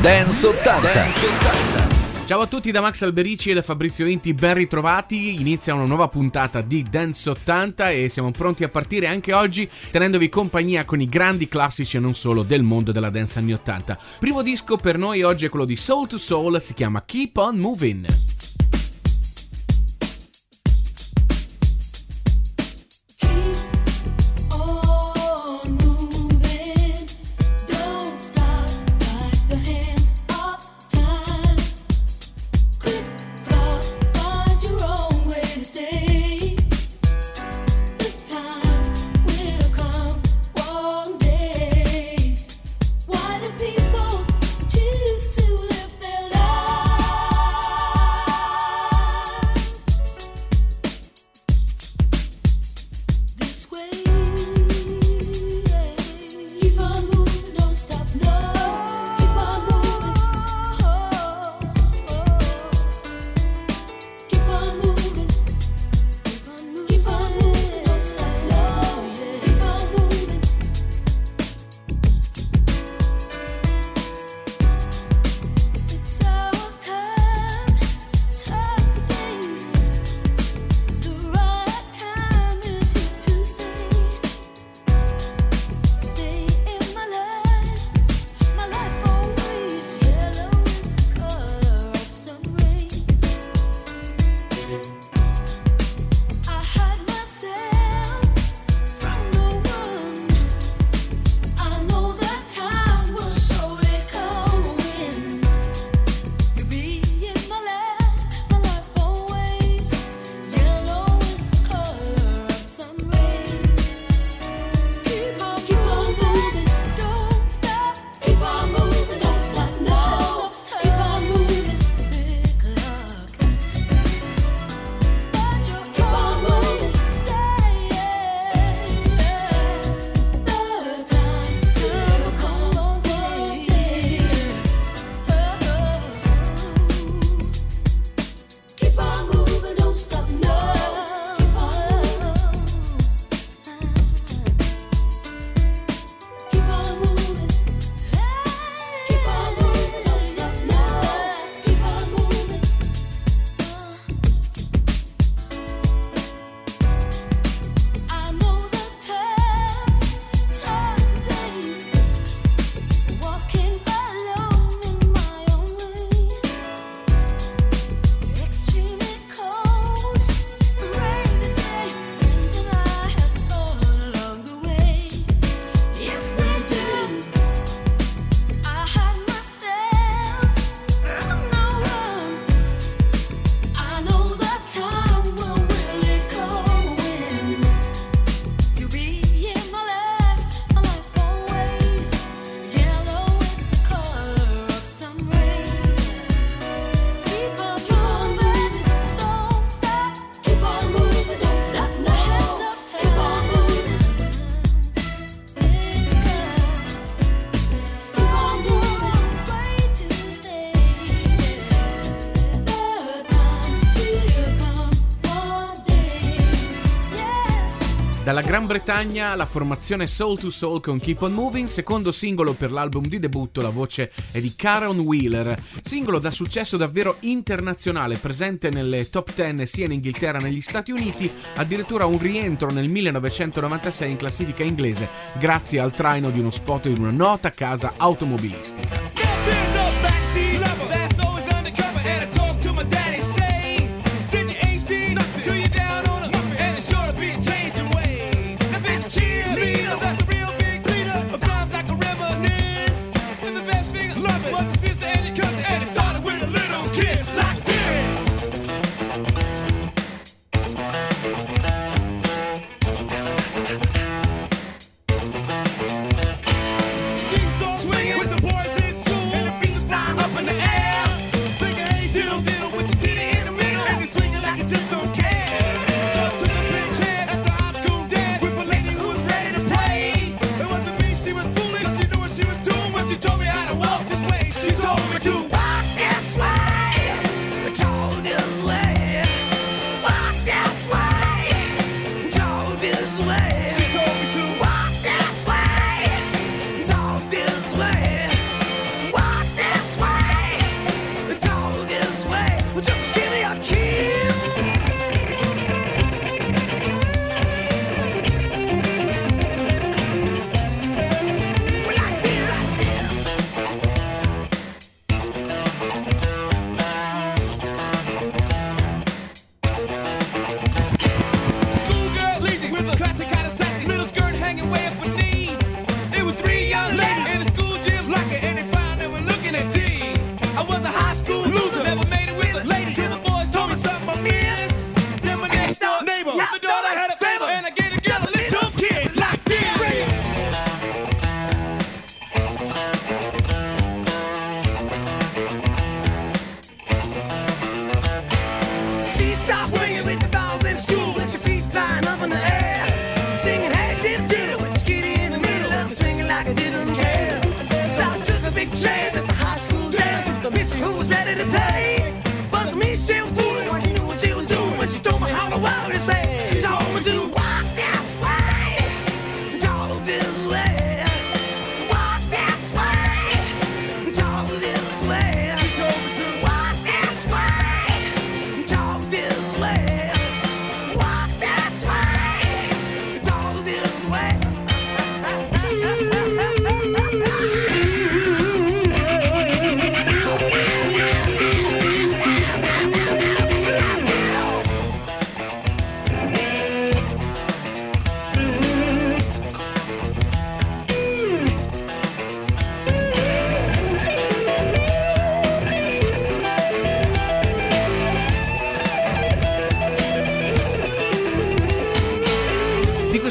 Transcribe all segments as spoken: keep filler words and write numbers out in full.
Dance ottanta. Ciao a tutti da Max Alberici e da Fabrizio Inti, ben ritrovati. Inizia una nuova puntata di Dance ottanta e siamo pronti a partire anche oggi tenendovi compagnia con i grandi classici e non solo del mondo della dance anni ottanta. Primo disco per noi oggi è quello di Soul to Soul, si chiama Keep on Moving. Dalla Gran Bretagna la formazione Soul to Soul con Keep on Moving, secondo singolo per l'album di debutto, la voce è di Caron Wheeler, singolo da successo davvero internazionale, presente nelle top dieci sia in Inghilterra che negli Stati Uniti, addirittura un rientro nel millenovecentonovantasei in classifica inglese grazie al traino di uno spot di una nota casa automobilistica. Swinging with the boys in tune.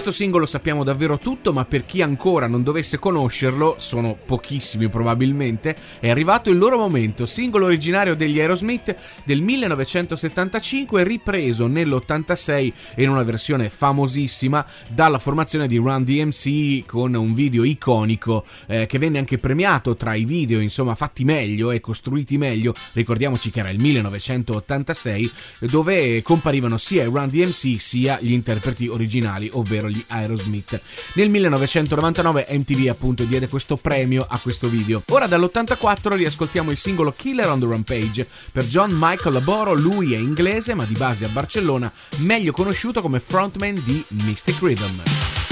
questo singolo sappiamo davvero tutto, ma per chi ancora non dovesse conoscerlo, sono pochissimi probabilmente, è arrivato il loro momento. Singolo originario degli Aerosmith del millenovecentosettantacinque, ripreso nell'ottantasei in una versione famosissima dalla formazione di Run D M C, con un video iconico eh, che venne anche premiato tra i video insomma fatti meglio e costruiti meglio. Ricordiamoci che era il millenovecentottantasei, dove comparivano sia i Run D M C sia gli interpreti originali, ovvero gli Aerosmith. Nel millenovecentonovantanove M T V appunto diede questo premio a questo video. Ora dall'ottantaquattro riascoltiamo il singolo Killer on the Rampage per John Michael Laboro. Lui è inglese ma di base a Barcellona, meglio conosciuto come frontman di Mystic Rhythm.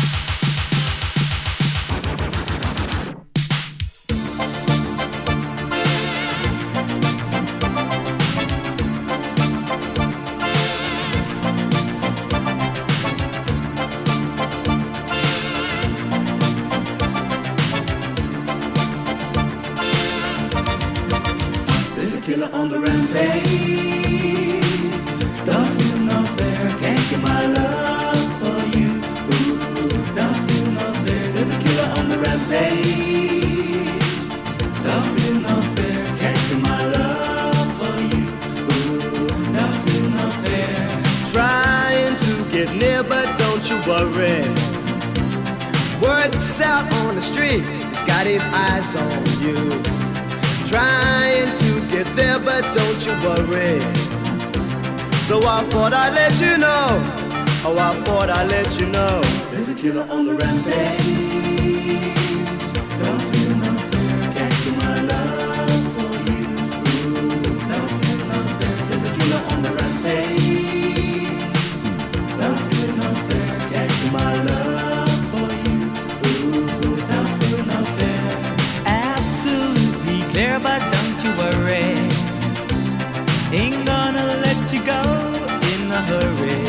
Killer on the rampage, don't feel no fear, can't get my love for you. Ooh, don't feel no fear, there's a killer on the rampage. Don't feel no fear, can't get my love for you. Ooh, don't feel no fear. Trying to get near, but don't you worry. Works out on the street, he's got his eyes on you. Trying to get there, but don't you worry. So I thought I'd let you know. Oh, I thought I'd let you know. There's a killer on the rampage. Don't feel no fear, can't get my love for you. Ooh, don't feel no fear. There's a killer on the rampage. Don't feel no fear, can't get my love for you. Ooh, don't feel no fear. Absolutely clear, but don't you worry. Ain't gonna let you go in a hurry.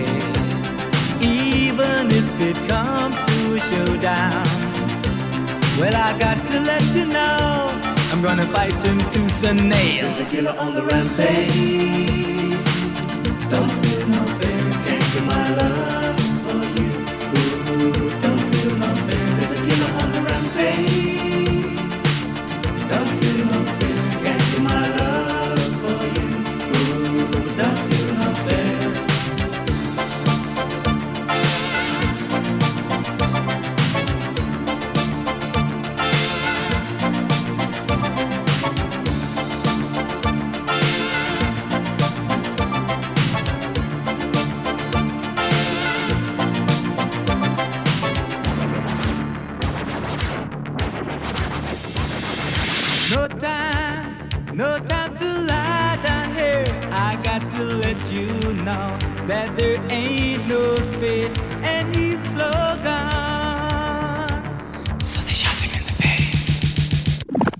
Even if it comes to a showdown, well, I got to let you know I'm gonna fight him tooth and nail. There's a killer on the rampage. Don't feel no fear, can't get my love for you. Ooh, don't feel no fear. There's a killer on the rampage. Don't feel no fear, can't get my love for you. Ooh, don't feel no fear. No time, no time to lie down here. I got to let you know that there ain't no space, and he's slow gone. So they shot him in the face.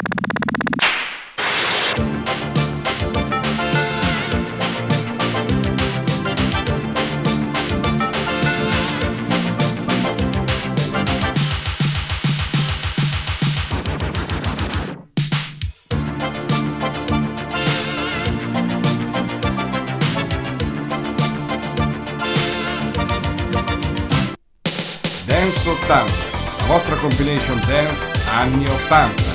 Dance ottanta, la vostra compilation dance anni ottanta.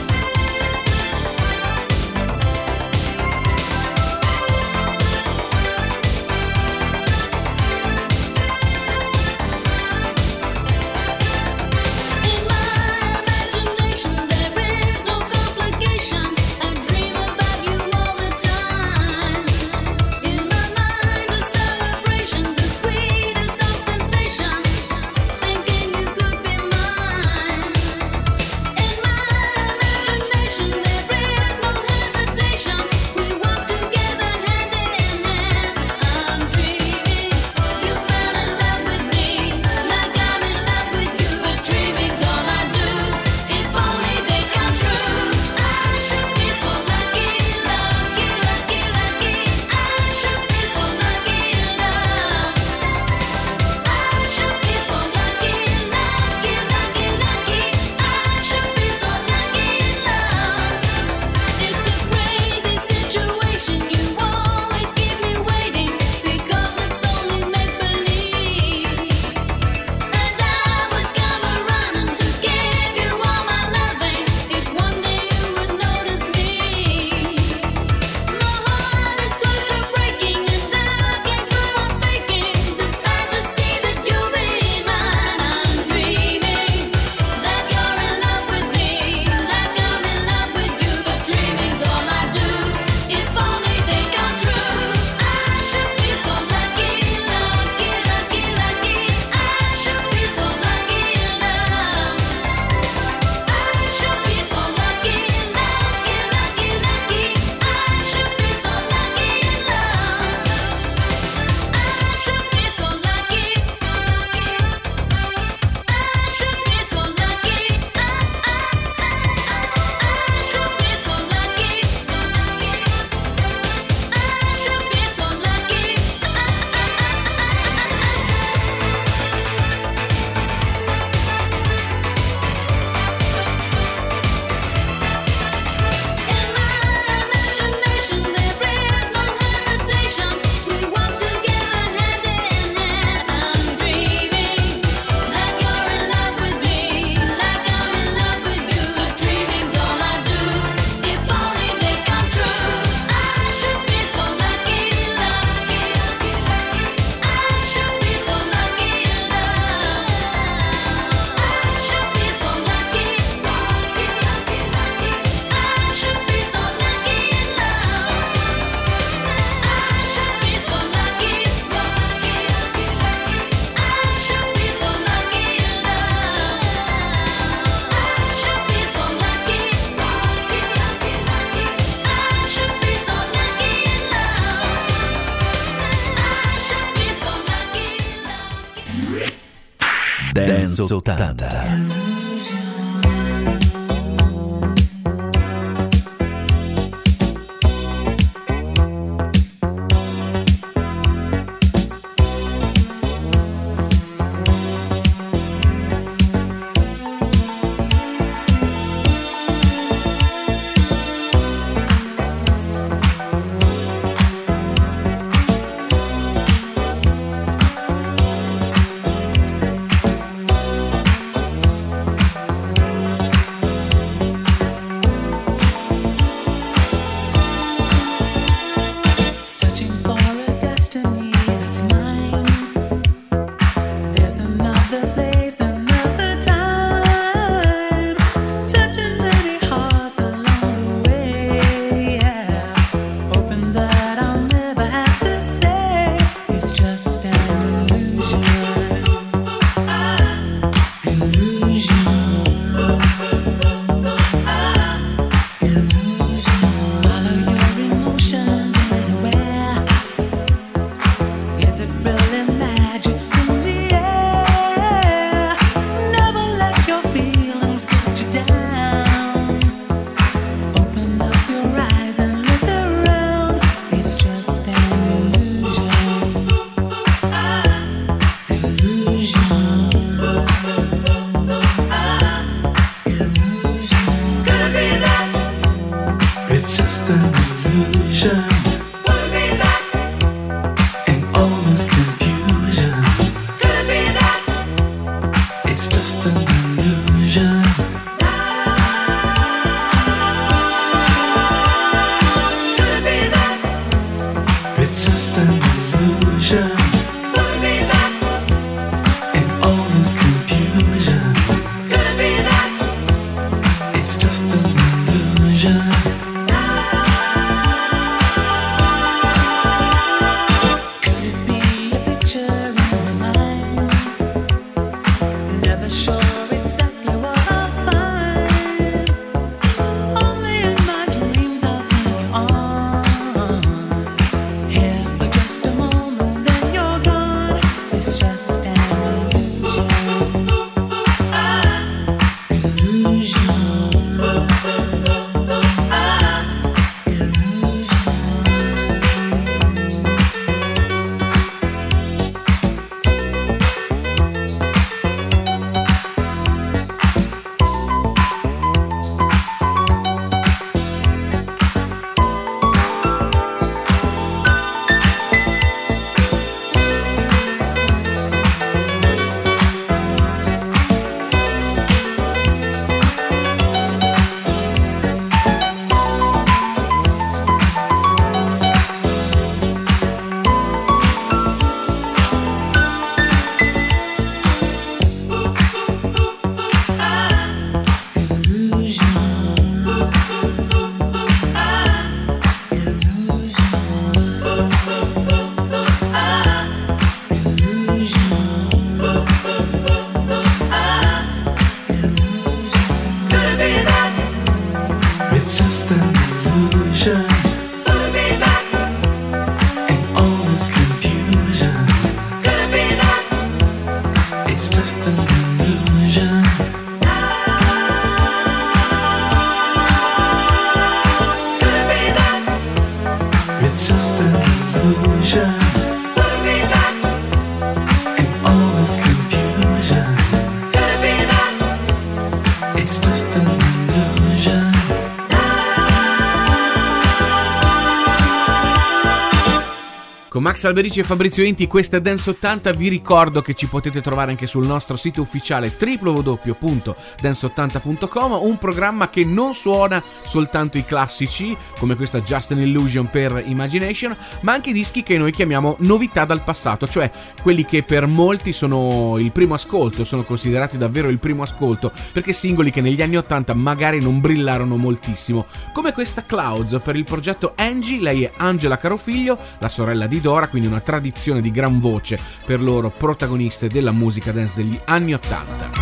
In my imagination there is no complication. I dream about you all the time. In my mind a celebration, the sweetest of sensation. Thinking you could be mine. In my Dance ottanta. Con Max Alberici e Fabrizio Inti, questa è Dance ottanta. Vi ricordo che ci potete trovare anche sul nostro sito ufficiale w w w punto dance ottanta punto com, un programma che non suona soltanto i classici come questa Just an Illusion per Imagination, ma anche i dischi che noi chiamiamo novità dal passato, cioè quelli che per molti sono il primo ascolto, sono considerati davvero il primo ascolto, perché singoli che negli anni ottanta magari non brillarono moltissimo, come questa Clouds per il progetto Angie. Lei è Angela Carofiglio, la sorella di Dora, quindi una tradizione di gran voce per loro, protagoniste della musica dance degli anni ottanta.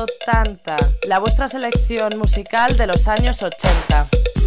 ottanta, la vuestra selección musical de los años ochenta.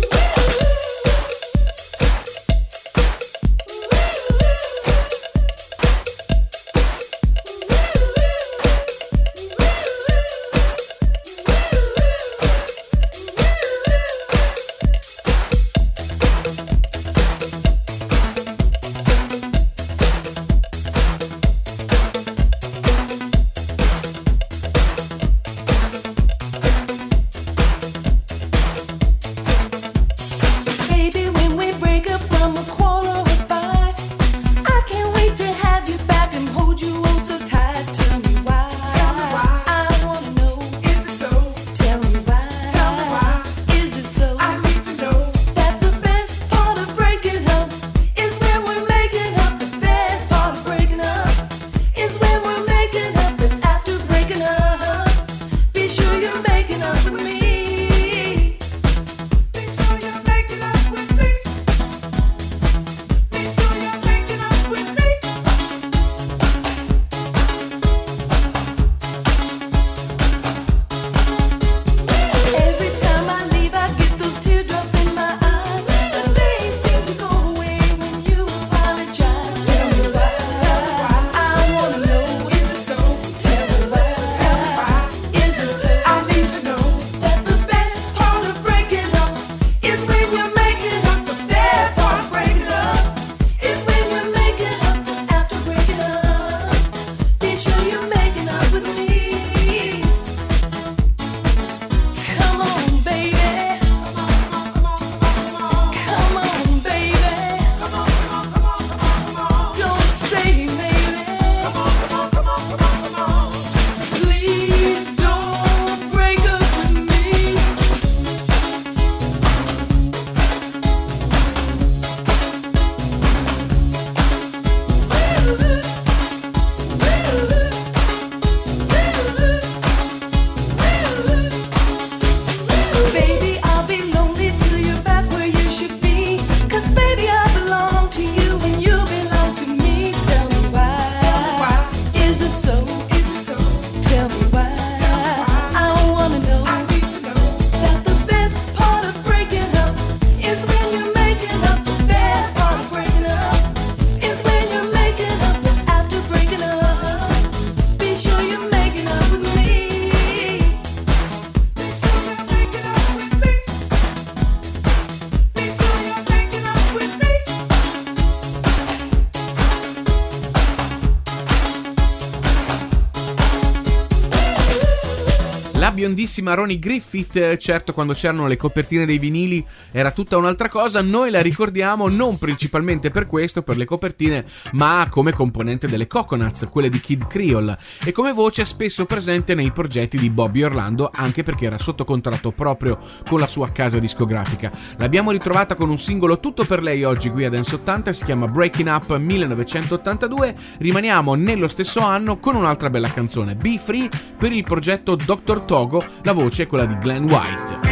Biondissima Ronnie Griffith, certo quando c'erano le copertine dei vinili era tutta un'altra cosa, noi la ricordiamo non principalmente per questo, per le copertine, ma come componente delle Coconuts, quelle di Kid Creole, e come voce spesso presente nei progetti di Bobby Orlando, anche perché era sotto contratto proprio con la sua casa discografica. L'abbiamo ritrovata con un singolo tutto per lei oggi qui a Dance ottanta, si chiama Breaking Up millenovecentottantadue, rimaniamo nello stesso anno con un'altra bella canzone, Be Free, per il progetto doctor Togo. La voce è quella di Glenn White.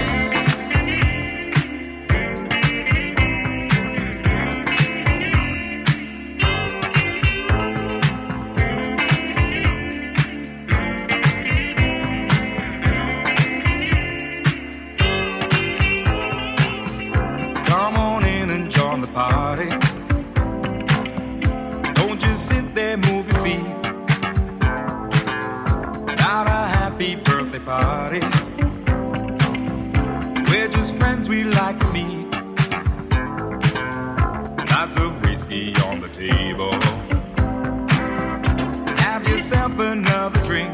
Come on in and join the party. Don't just sit there, move your feet. Got a happy birthday party. We're just friends we like to meet. Lots of whiskey on the table. Have yourself another drink.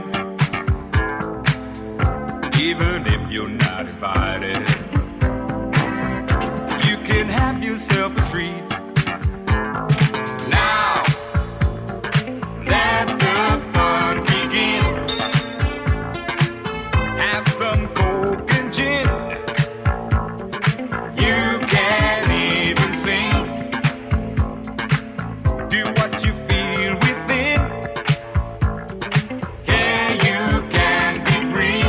Even if you're not invited, you can have yourself a treat. Now, let the fun begin. Have some coke and gin. You can even sing. Do what you feel within. Yeah, you can be free.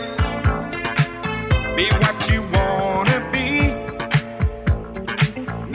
Be what you wanna be.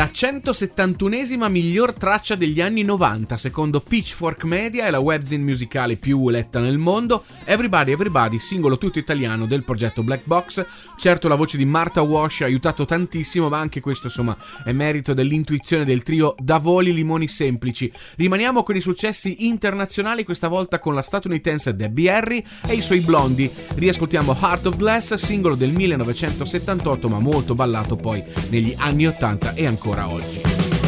La centosettantunesima miglior traccia degli anni novanta, secondo Pitchfork Media, è la webzine musicale più letta nel mondo. Everybody Everybody, singolo tutto italiano del progetto Black Box. Certo, la voce di Martha Wash ha aiutato tantissimo, ma anche questo insomma è merito dell'intuizione del trio Davoli Limoni Semplici. Rimaniamo con i successi internazionali, questa volta con la statunitense Debbie Harry e i suoi blondi. Riascoltiamo Heart of Glass, singolo del millenovecentosettantotto, ma molto ballato poi negli anni ottanta e ancora oggi.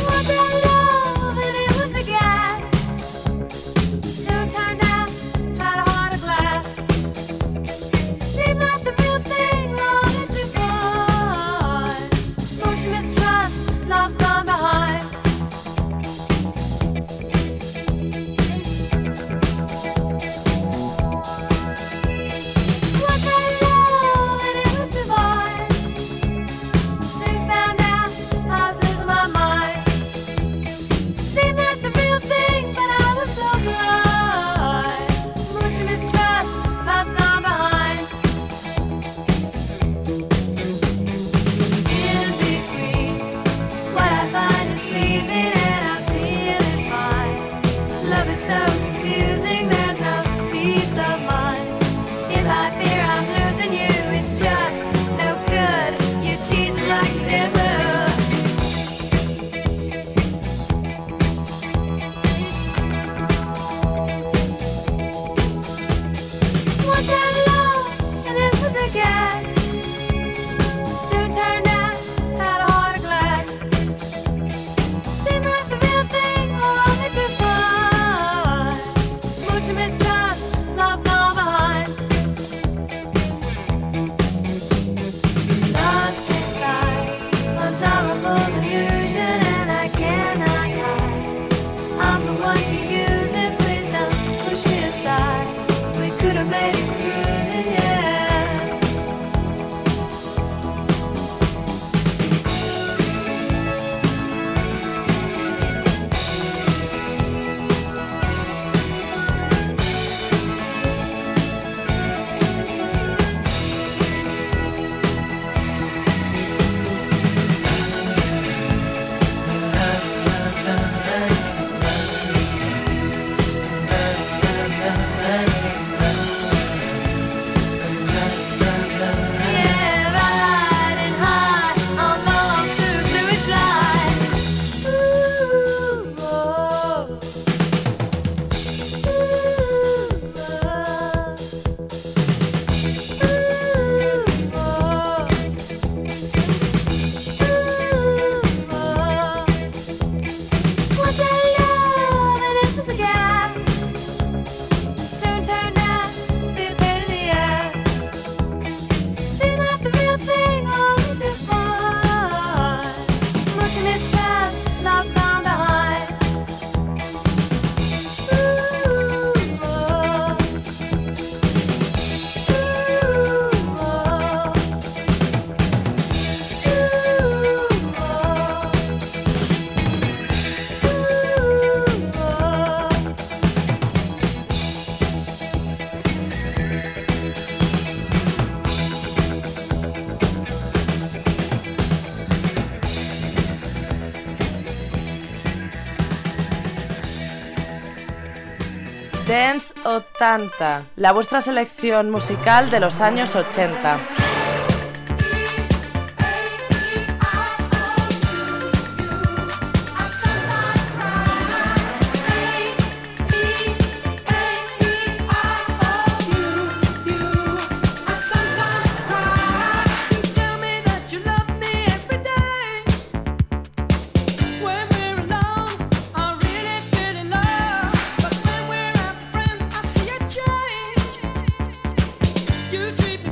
Dance ottanta, la vuestra selección musical de los años ochenta. You treat me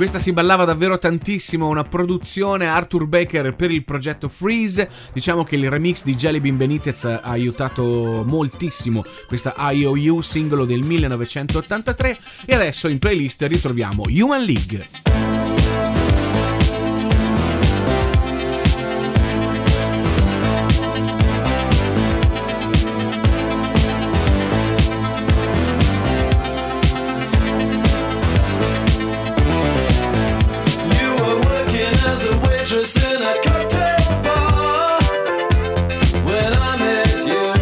Questa si ballava davvero tantissimo, una produzione Arthur Baker per il progetto Freeze. Diciamo che il remix di Jelly Bean Benitez ha aiutato moltissimo questa I O U, singolo del millenovecentottantatré. E adesso in playlist ritroviamo Human League. In a cocktail bar, when I met you,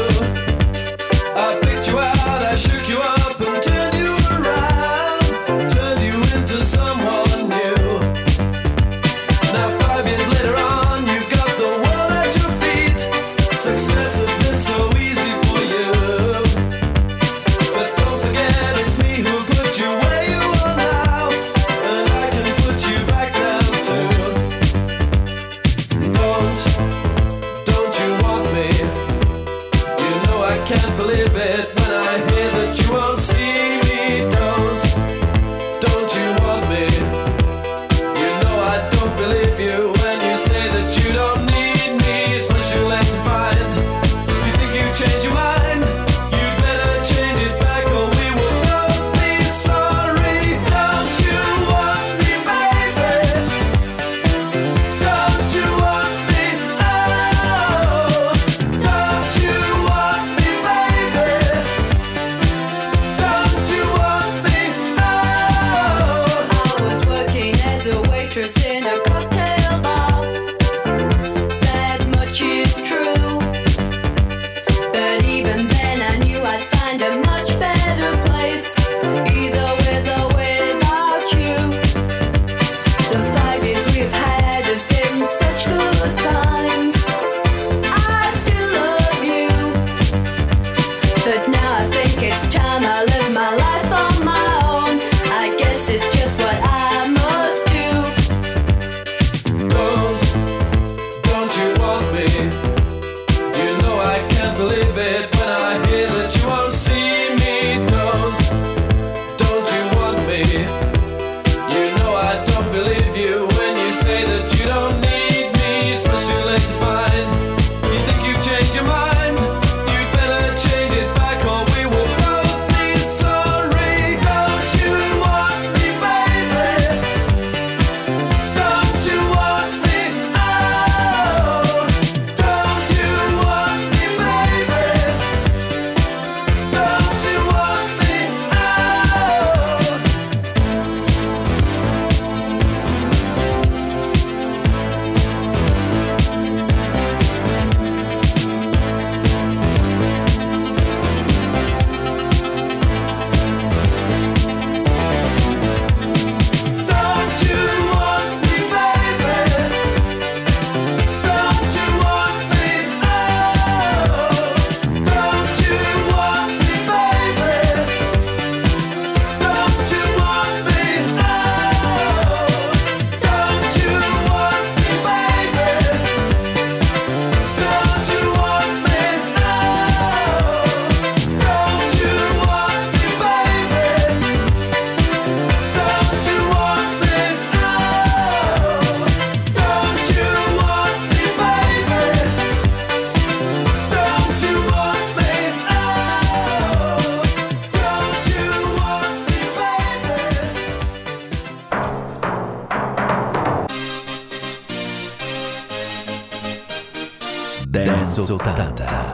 I picked you out, I shook you up and turned you around, turned you into someone new. Now five years later on, you've got the world at your feet. Success has been so easy for you, but don't forget it's me who put you where you are now, and I can put you back down too. Can't believe it when I hear that you won't see me. Don't, don't you want me? You know I don't believe you when you say that you don't need me. It's what you like to find. You think you change your mind? You'd better change it back or we will both be sorry. Don't you want me, baby? Don't you want me? Oh, don't you want me? In a cocktail bar, that much is true. But even then I knew I'd find a much better place, either with or without you. The five years we've had have been such good times. I still love you, but now I think it's time I live my life on my own. I guess it's just what I must do. Believe it when I hear that you won't see me. Don't, don't you want me? You know I don't believe you when you say that you don't need me. It's much too late to find. You think you've changed your mind? You'd better change it back or we will both be sorry. Don't you want me, baby? Don't you want me? Oh, don't you want me, baby? Don't you want me? Oh. Don't you want me, baby? Don't you want me? Oh, don't you want me, baby? Don't you want me? Oh, don't you want me, baby? Don't you want me? Oh, don't you want me, baby? Don't you want me? Oh, don't you want me, baby? Don't you want me? Oh, don't you want me, baby? Dance ottanta.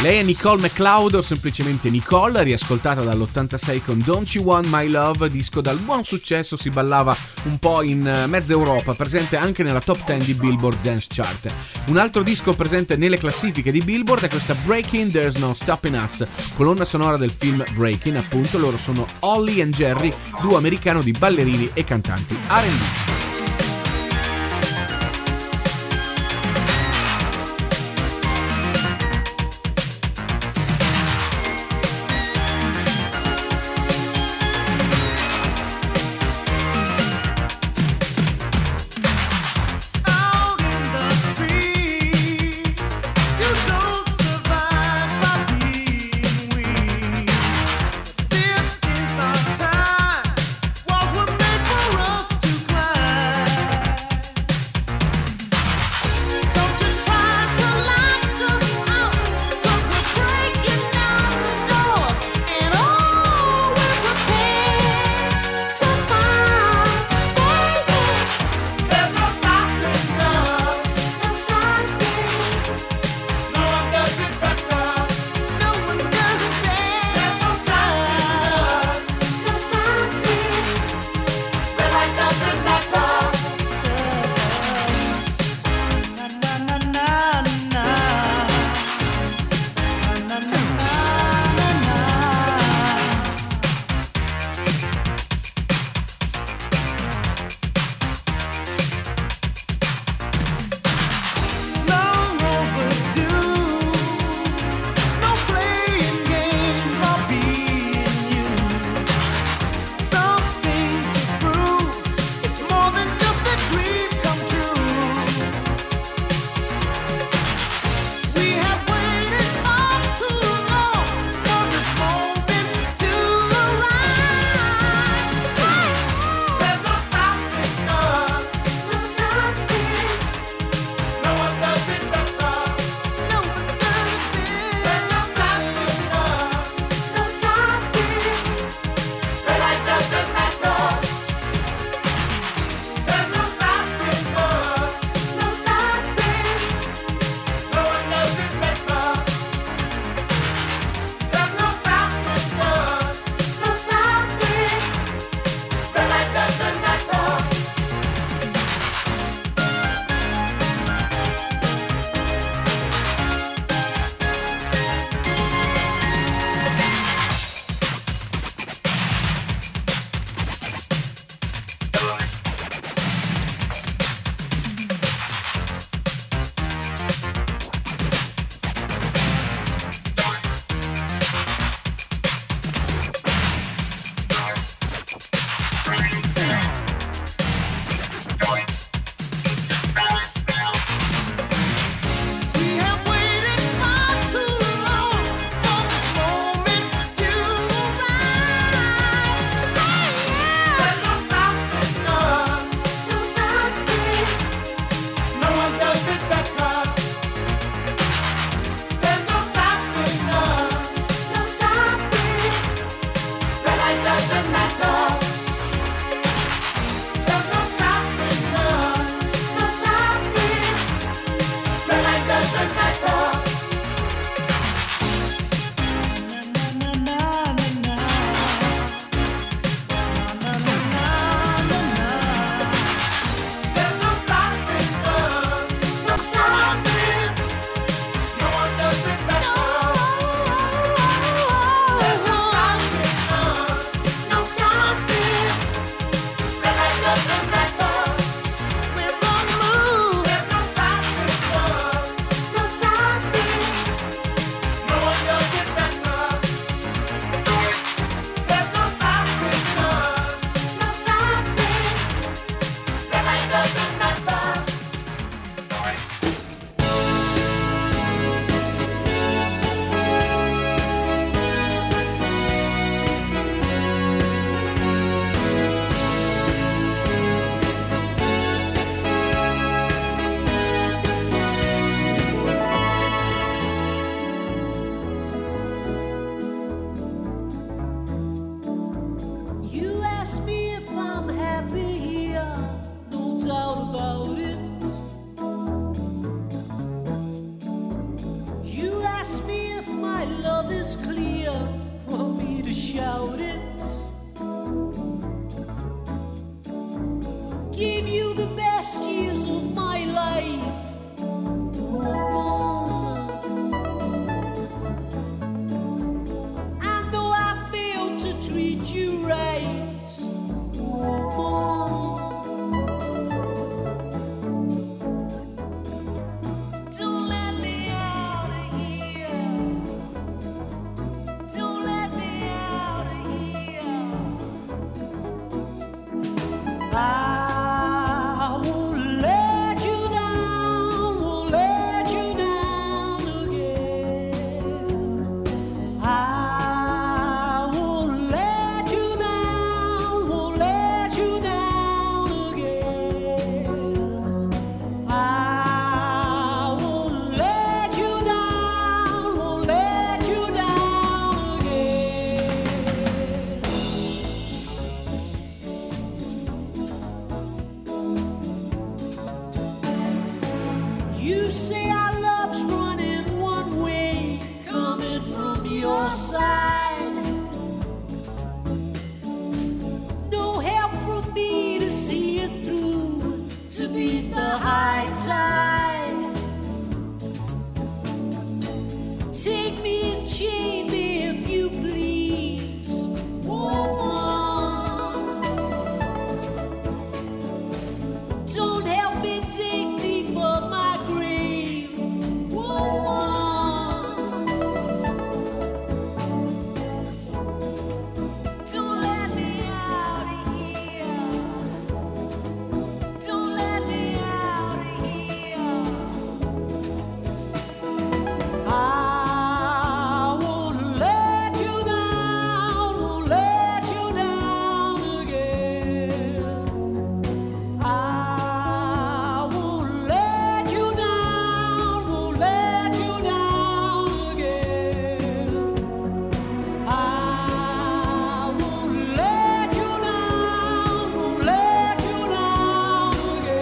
Lei è Nicole McLeod o semplicemente Nicole, riascoltata dall'ottantasei con Don't You Want My Love, disco dal buon successo, si ballava un po' in mezza Europa, presente anche nella top dieci di Billboard Dance Chart. Un altro disco presente nelle classifiche di Billboard è questa Breaking There's No Stopping Us, colonna sonora del film Breaking, appunto. Loro sono Holly and Jerry, duo americano di ballerini e cantanti R and B. If say our love's running one way, coming from your side. No help from me to see it through, to meet the high tide. Take me and chain me if you please, woman. Don't help me dig deep for my grave, woman. Don't let me out of here. Don't let me out of here. I won't let you down, won't let you down again. I won't let you down, won't let you down again. I won't let you down, won't let you down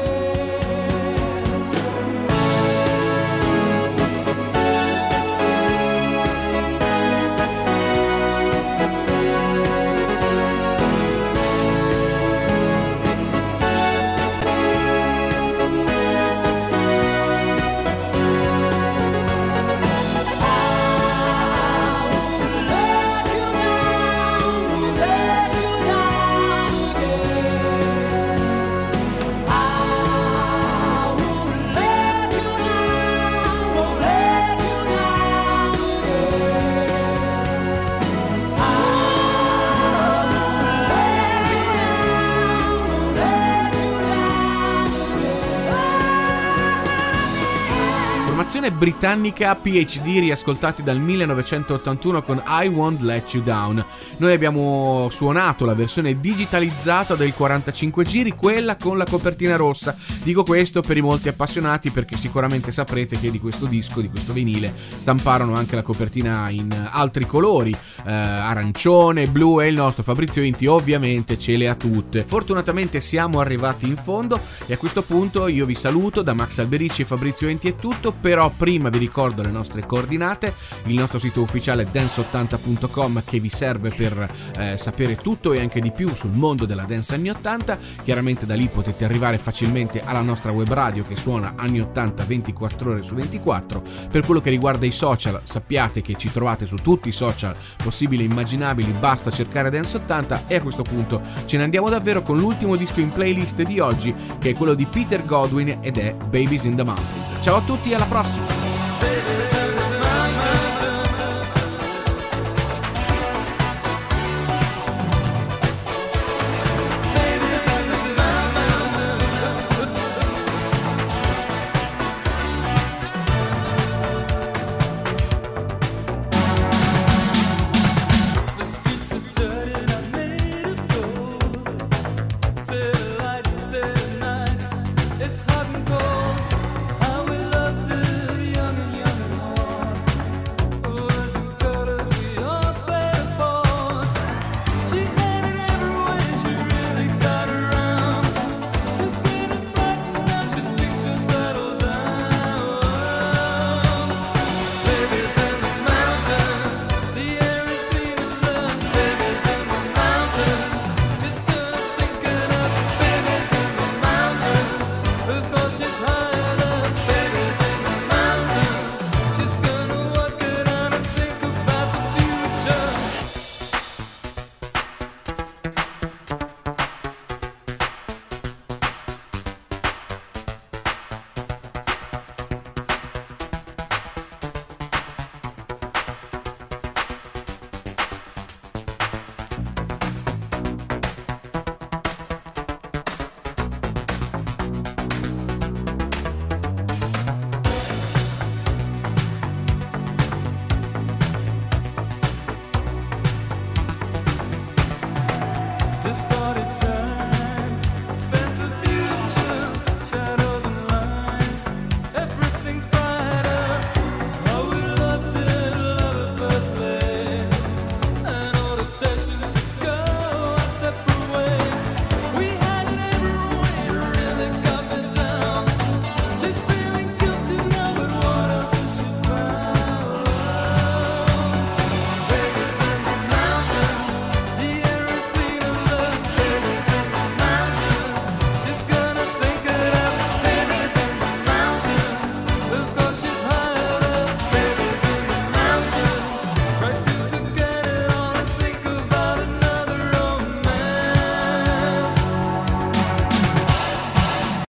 Formazione britannica P H D, riascoltati dal millenovecentottantuno con I Won't Let You Down. Noi abbiamo suonato la versione digitalizzata del quarantacinque giri, quella con la copertina rossa. Dico questo per i molti appassionati perché sicuramente saprete che di questo disco, di questo vinile, stamparono anche la copertina in altri colori, eh, arancione, blu, e il nostro Fabrizio Inti ovviamente ce le ha tutte. Fortunatamente siamo arrivati in fondo e a questo punto io vi saluto. Da Max Alberici e Fabrizio Inti è tutto, però prima vi ricordo le nostre coordinate, il nostro sito ufficiale dance ottanta punto com che vi serve per eh, sapere tutto e anche di più sul mondo della dance anni ottanta. Chiaramente da lì potete arrivare facilmente alla nostra web radio che suona anni ottanta ventiquattro ore su ventiquattro. Per quello che riguarda i social, sappiate che ci trovate su tutti i social possibili e immaginabili, basta cercare Dance ottanta. E a questo punto ce ne andiamo davvero con l'ultimo disco in playlist di oggi, che è quello di Peter Godwin ed è Babies in the Mountains. Ciao a tutti e alla prossima!